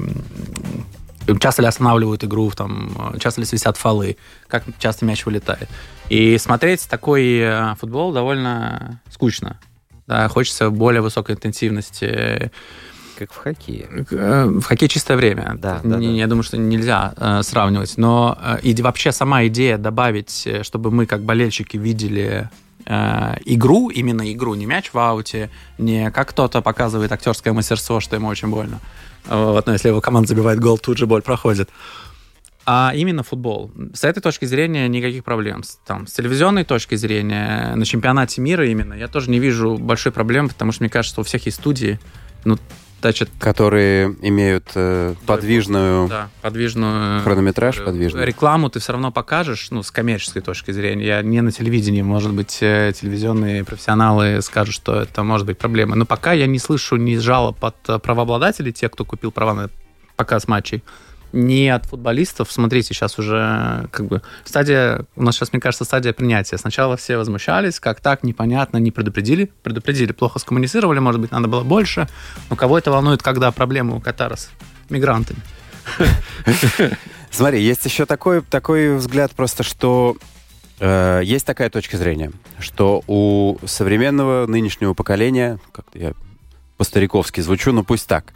Часто ли останавливают игру, там, часто ли свистят фолы, как часто мяч вылетает. И смотреть такой футбол довольно скучно. Да, хочется более высокой интенсивности. Как в хоккее. В хоккее чистое время. Да, да, не, да. Я думаю, что нельзя э, сравнивать. Но э, и вообще сама идея добавить, чтобы мы как болельщики видели э, игру, именно игру, не мяч в ауте, не как кто-то показывает актерское мастерство, что ему очень больно. Вот, но если его команда забивает гол, тут же боль проходит. А именно футбол. С этой точки зрения никаких проблем. Там, с телевизионной точки зрения, на чемпионате мира именно, я тоже не вижу большой проблемы, потому что мне кажется, что у всех есть студии, ну, значит, которые имеют э, подвижную, да, подвижную хронометраж, подвижную. Рекламу ты все равно покажешь, ну, с коммерческой точки зрения. Я не на телевидении, может быть, телевизионные профессионалы скажут, что это может быть проблема. Но пока я не слышу ни жалоб от правообладателей, тех, кто купил права на показ матчей, ни от футболистов. Смотрите, сейчас уже как бы стадия, у нас сейчас, мне кажется, стадия принятия. Сначала все возмущались, как так, непонятно, не предупредили. Предупредили, плохо скоммуницировали, может быть, надо было больше. Но кого это волнует, когда проблемы у Катара с мигрантами? Смотри, есть еще такой, такой взгляд просто, что э, есть такая точка зрения, что у современного нынешнего поколения, как-то я по-стариковски звучу, но пусть так,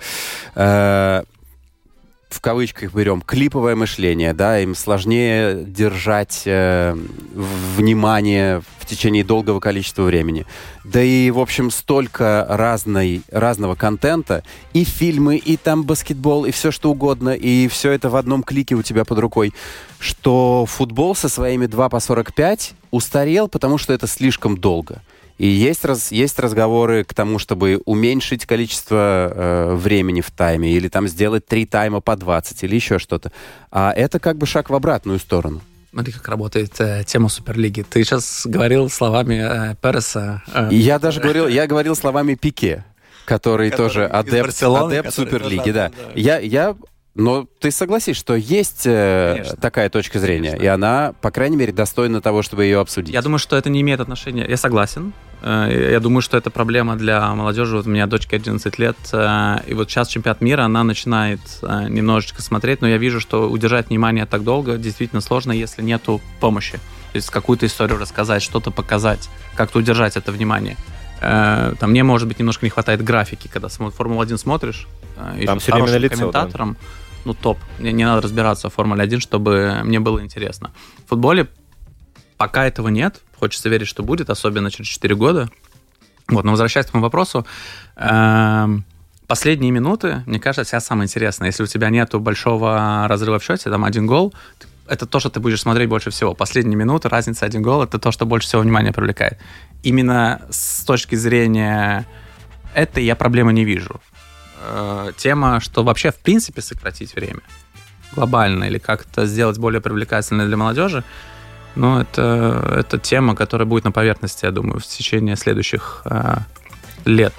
э, в кавычках берем, клиповое мышление, да, им сложнее держать э, внимание в течение долгого количества времени. Да и, в общем, столько разной, разного контента, и фильмы, и там баскетбол, и все что угодно, и все это в одном клике у тебя под рукой, что футбол со своими два по сорок пять устарел, потому что это слишком долго. И есть, раз, есть разговоры к тому, чтобы уменьшить количество э, времени в тайме, или там сделать три тайма по двадцать, или еще что-то. А это как бы шаг в обратную сторону. Смотри, как работает э, тема Суперлиги. Ты сейчас говорил словами э, Переса. Э, я даже говорил, я говорил словами Пике, который, который тоже адепт, адепт Суперлиги. Да. Да. Я, я, но ты согласишься, что есть э, такая точка зрения, Конечно. И она, по крайней мере, достойна того, чтобы ее обсудить. Я думаю, что это не имеет отношения. Я согласен. Я думаю, что это проблема для молодежи. Вот у меня дочке одиннадцать лет, и вот сейчас чемпионат мира, она начинает немножечко смотреть, но я вижу, что удержать внимание так долго действительно сложно, если нету помощи. То есть какую-то историю рассказать, что-то показать, как-то удержать это внимание. Там мне, может быть, немножко не хватает графики, когда Формулу один смотришь, и там с хорошим лицо, комментатором, да? Ну топ. Мне не надо разбираться в Формуле один, чтобы мне было интересно. В футболе пока этого нет. Хочется верить, что будет, особенно через четыре года. Вот, но возвращаясь к моему вопросу, э, последние минуты, мне кажется, сейчас самое интересное. Если у тебя нету большого разрыва в счете, там один гол, это то, что ты будешь смотреть больше всего. Последние минуты, разница один гол, это то, что больше всего внимания привлекает. Именно с точки зрения этой я проблемы не вижу. Э, тема, что вообще в принципе сократить время глобально или как-то сделать более привлекательной для молодежи, но это, это тема, которая будет на поверхности, я думаю, в течение следующих э, лет.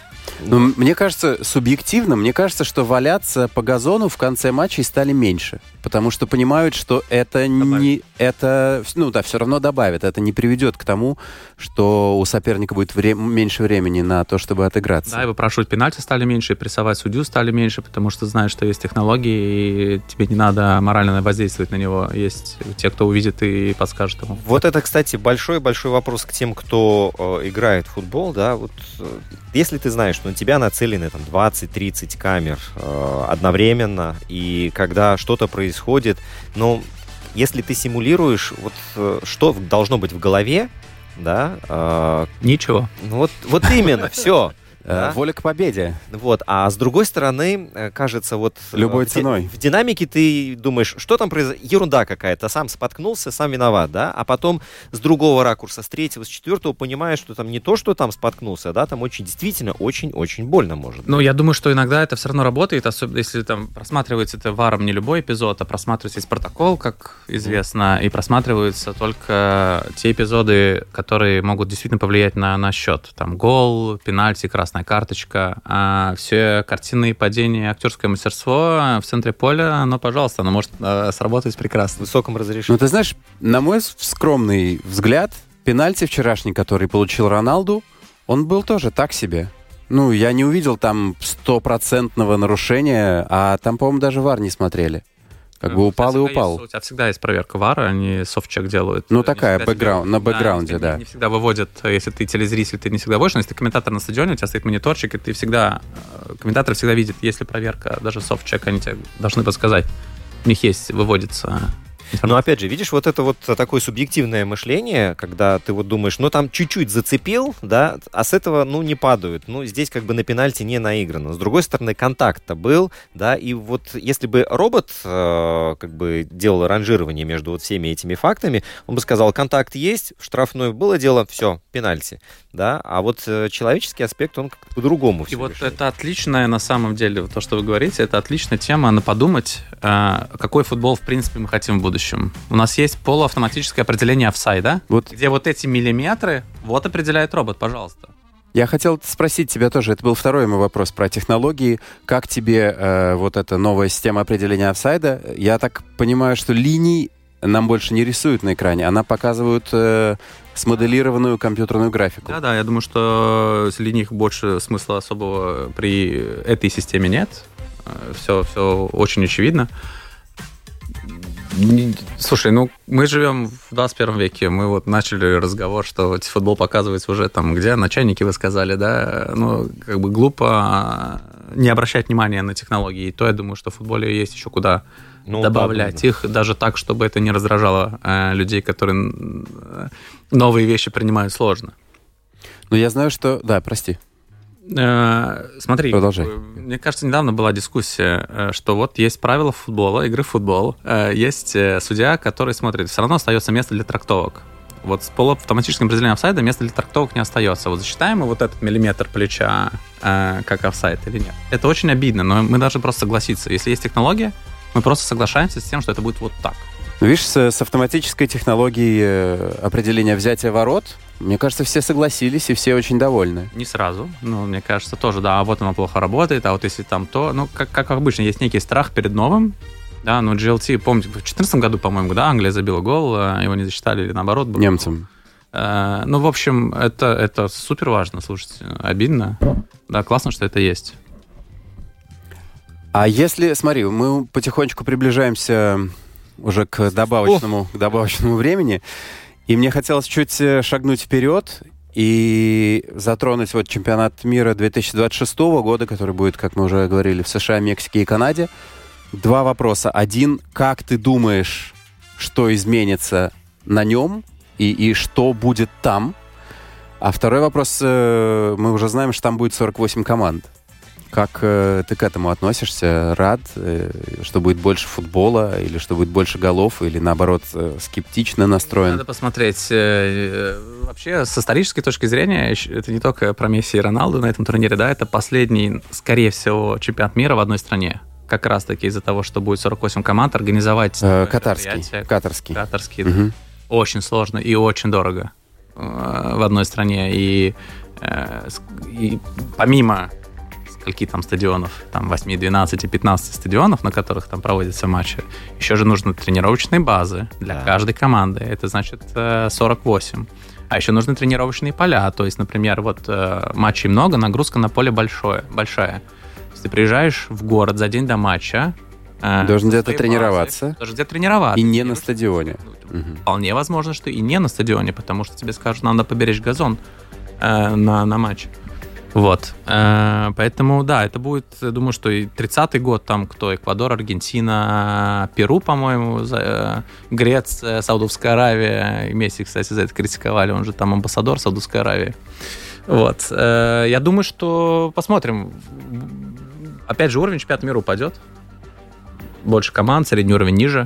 Ну, мне кажется, субъективно, мне кажется, что валяться по газону в конце матчей стали меньше. Потому что понимают, что это добавит. не... Это, ну да, все равно добавит. Это не приведет к тому, что у соперника будет вре- меньше времени на то, чтобы отыграться. Да, и выпрашивать пенальти стали меньше, и прессовать судью стали меньше, потому что знаешь, что есть технологии, и тебе не надо морально воздействовать на него. Есть те, кто увидит и подскажет ему. Вот это, кстати, большой-большой вопрос к тем, кто э, играет в футбол. Да? Вот, э, если ты знаешь, что на тебя нацелены там, двадцать-тридцать камер э, одновременно, и когда что-то происходит, происходит, но если ты симулируешь, вот что должно быть в голове, да? Э, Ничего. Вот, вот именно, все. Да? Воля к победе. Вот. А с другой стороны, кажется, вот... Любой в, ценой. В динамике ты думаешь, что там произошло? Ерунда какая-то. Сам споткнулся, сам виноват, да? А потом с другого ракурса, с третьего, с четвертого понимаешь, что там не то, что там споткнулся, да? Там очень, действительно, очень-очень больно может быть. Ну, я думаю, что иногда это все равно работает, особенно если там просматривается это варом не любой эпизод, а просматривается есть протокол, как известно, mm. и просматриваются только те эпизоды, которые могут действительно повлиять на, на счет. Там гол, пенальти, красный карточка, а все картины падения, актерское мастерство в центре поля, ну, пожалуйста, оно может э, сработать прекрасно. В высоком разрешении. Ну, ты знаешь, на мой скромный взгляд, пенальти вчерашний, который получил Роналду, он был тоже так себе. Ну, я не увидел там стопроцентного нарушения, а там, по-моему, даже вар не смотрели. Как бы упал и упал. Есть, у тебя всегда есть проверка вара, они софт-чек делают. Ну, такая, бэкграунд, на бэкграунде, да. Не, не всегда выводят, если ты телезритель, ты не всегда вводишь, но если ты комментатор на стадионе, у тебя стоит мониторчик, и ты всегда, комментатор всегда видит, есть ли проверка, даже софт-чек, они тебе должны подсказать. У них есть, выводится... Но опять же, видишь, вот это вот такое субъективное мышление, когда ты вот думаешь, ну там чуть-чуть зацепил, да, а с этого, ну, не падают. Ну, здесь как бы на пенальти не наиграно. С другой стороны, контакт-то был, да, и вот если бы робот э, как бы делал ранжирование между вот всеми этими фактами, он бы сказал, контакт есть, в штрафной было дело, все, пенальти, да, а вот э, человеческий аспект, он как-то по-другому все И вот решает. это отличная, на самом деле, то, что вы говорите, это отличная тема на подумать, э, какой футбол, в принципе, мы хотим в будущем. У нас есть полуавтоматическое определение офсайда, вот. Где вот эти миллиметры вот определяет робот, пожалуйста. Я хотел спросить тебя тоже, это был второй мой вопрос про технологии. Как тебе э, вот эта новая система определения офсайда? Я так понимаю, что линий нам больше не рисуют на экране, она показывают э, смоделированную компьютерную графику. Да-да, я думаю, что с линий больше смысла особого при этой системе нет. Все, все очень очевидно. Слушай, ну мы живем в двадцать первом веке. Мы вот начали разговор, что футбол показывается уже там, где на чайнике вы сказали, да. Ну, как бы глупо не обращать внимания на технологии. И то, я думаю, что в футболе есть еще куда ну, добавлять да, их, даже так, чтобы это не раздражало э, людей, которые новые вещи принимают сложно. Ну, я знаю, что... Да, прости. Смотри, продолжай. Мне кажется, недавно была дискуссия, что вот есть правила футбола, игры в футбол, есть судья, который смотрит, все равно остается место для трактовок. Вот с полуавтоматическим определением офсайда место для трактовок не остается. Вот засчитаем мы вот этот миллиметр плеча как офсайд или нет. Это очень обидно, но мы должны просто согласиться. Если есть технология, мы просто соглашаемся с тем, что это будет вот так. Видишь, с, с автоматической технологией определения взятия ворот, мне кажется, все согласились и все очень довольны. Не сразу, но мне кажется тоже, да, а вот оно плохо работает, а вот если там то, ну, как, как обычно, есть некий страх перед новым, да, ну, джи эл ти, помните, в две тысячи четырнадцатом году, по-моему, да, Англия забила гол, его не засчитали или наоборот. Был немцам. Э, ну, в общем, это, это супер важно, слушайте, обидно, да, классно, что это есть. А если, смотри, мы потихонечку приближаемся уже к добавочному, к добавочному времени, и мне хотелось чуть шагнуть вперед и затронуть вот чемпионат мира две тысячи двадцать шестого года, который будет, как мы уже говорили, в США, Мексике и Канаде. Два вопроса. Один, как ты думаешь, что изменится на нем и, и что будет там? А второй вопрос, мы уже знаем, что там будет сорок восемь команд. Как э, ты к этому относишься? Рад, э, что будет больше футбола, или что будет больше голов, или наоборот э, скептично настроен? Надо посмотреть. Э, вообще, с исторической точки зрения, это не только про Месси и Роналду на этом турнире, да, это последний, скорее всего, чемпионат мира в одной стране. Как раз-таки из-за того, что будет сорок восемь команд, организовать... Э, катарский. Катарский. Катарский, угу. Да. Очень сложно и очень дорого э, в одной стране. И, э, и помимо... Скольки там стадионов, там восемь, двенадцать, пятнадцать стадионов, на которых там проводятся матчи. Еще же нужны тренировочные базы для да. каждой команды. Это значит сорок восемь. А еще нужны тренировочные поля. То есть, например, вот матчей много, нагрузка на поле большое, большая. Если ты приезжаешь в город за день до матча... Должен где-то тренироваться. Базы, должен где-то тренироваться. И не на стадионе. Угу. Вполне возможно, что и не на стадионе, потому что тебе скажут, надо поберечь газон э, на, на матч. Вот, поэтому, да, это будет, думаю, что и тридцатый год, там кто, Эквадор, Аргентина, Перу, по-моему, Греция, Саудовская Аравия, и Месси, кстати, за это критиковали, он же там амбассадор Саудовской Аравии. Вот, я думаю, что посмотрим, опять же, уровень чемпионата мира упадет, больше команд, средний уровень ниже,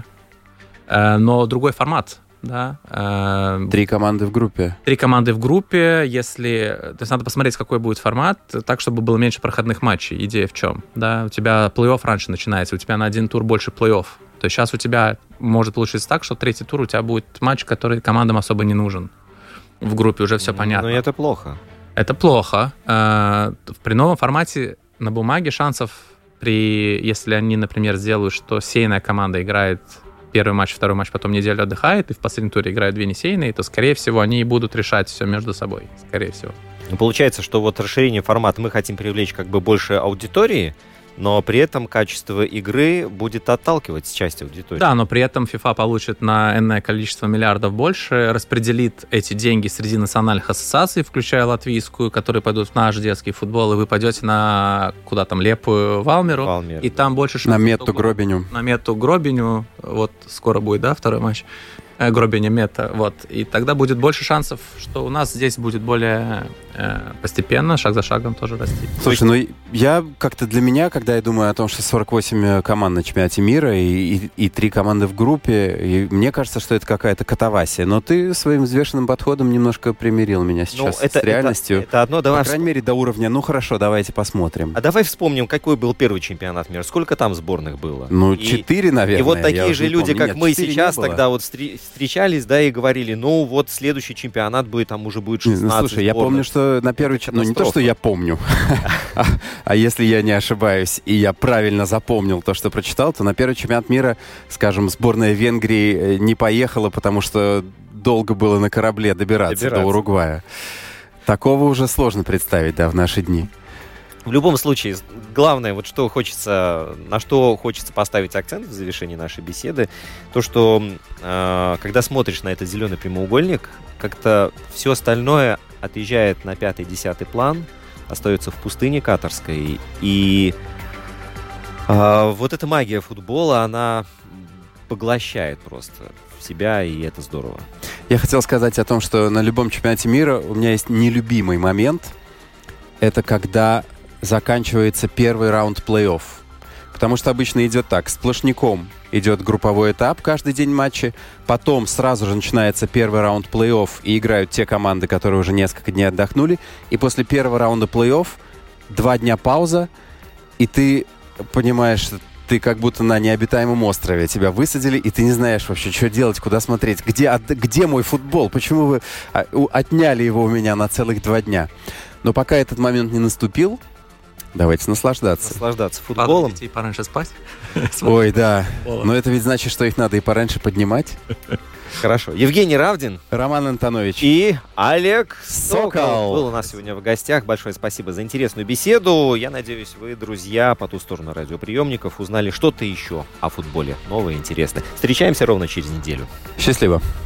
но другой формат. Да. Три команды в группе. Три команды в группе, если... То есть надо посмотреть, какой будет формат, так, чтобы было меньше проходных матчей. Идея в чем? Да? У тебя плей-офф раньше начинается, у тебя на один тур больше плей-офф. То есть сейчас у тебя может получиться так, что третий тур у тебя будет матч, который командам особо не нужен. В группе уже все понятно. Но это плохо. Это плохо. При новом формате на бумаге шансов, при, если они, например, сделают, что сейная команда играет... первый матч, второй матч, потом неделю отдыхает, и в последнем туре играют две несейные, то, скорее всего, они и будут решать все между собой. Скорее всего. Ну, получается, что вот расширение формата мы хотим привлечь как бы больше аудитории, но при этом качество игры будет отталкивать часть аудитории. Да, но при этом FIFA получит на энное количество миллиардов больше, распределит эти деньги среди национальных ассоциаций, включая латвийскую, которые пойдут в наш детский футбол, и вы пойдете на куда там, Лепую, Валмеру, Валмер, и там больше шансов. На Метту Гробиню. На Метту Гробиню, вот скоро будет, да, второй матч. Гробиня Мета, вот. И тогда будет больше шансов, что у нас здесь будет более э, постепенно, шаг за шагом тоже расти. Слушай, ну я как-то для меня, когда я думаю о том, что сорок восемь команд на чемпионате мира и, и, и три команды в группе, и мне кажется, что это какая-то катавасия. Но ты своим взвешенным подходом немножко примирил меня сейчас ну, это, с реальностью. Это, это одно, давай... По крайней мере, до уровня, ну хорошо, давайте посмотрим. А давай вспомним, какой был первый чемпионат мира. Сколько там сборных было? Ну, четыре, наверное. И вот такие же люди, помню. как Нет, мы сейчас, тогда вот встречались, да, и говорили, ну, вот следующий чемпионат будет, там уже будет шестнадцать ну, слушай, сборных. я помню, что на первый чемпионат, ну, не то, что я помню, а если я не ошибаюсь, и я правильно запомнил то, что прочитал, то на первый чемпионат мира, скажем, сборная Венгрии не поехала, потому что долго было на корабле добираться до Уругвая. Такого уже сложно представить, да, в наши дни. В любом случае, главное, вот что хочется, на что хочется поставить акцент в завершении нашей беседы, то, что э, когда смотришь на этот зеленый прямоугольник, как-то все остальное отъезжает на пятый-десятый план, остается в пустыне катарской. И э, вот эта магия футбола, она поглощает просто себя, и это здорово. Я хотел сказать о том, что на любом чемпионате мира у меня есть нелюбимый момент. Это когда заканчивается первый раунд плей-офф. Потому что обычно идет так. Сплошняком идет групповой этап каждый день матча. Потом сразу же начинается первый раунд плей-офф, и играют те команды, которые уже несколько дней отдохнули. И после первого раунда плей-офф два дня пауза, и ты понимаешь, что ты как будто на необитаемом острове. Тебя высадили, и ты не знаешь вообще, что делать, куда смотреть. Где, от, где мой футбол? Почему вы отняли его у меня на целых два дня? Но пока этот момент не наступил, давайте наслаждаться. Наслаждаться футболом. Надо идти пораньше спать. Ой, да. Но это ведь значит, что их надо и пораньше поднимать. Хорошо. Евгений Равдин. Роман Антонович. И Олег Сокол. Сокол был у нас сегодня в гостях. Большое спасибо за интересную беседу. Я надеюсь, вы, друзья, по ту сторону радиоприемников узнали что-то еще о футболе. Новое, интересное. Встречаемся ровно через неделю. Счастливо.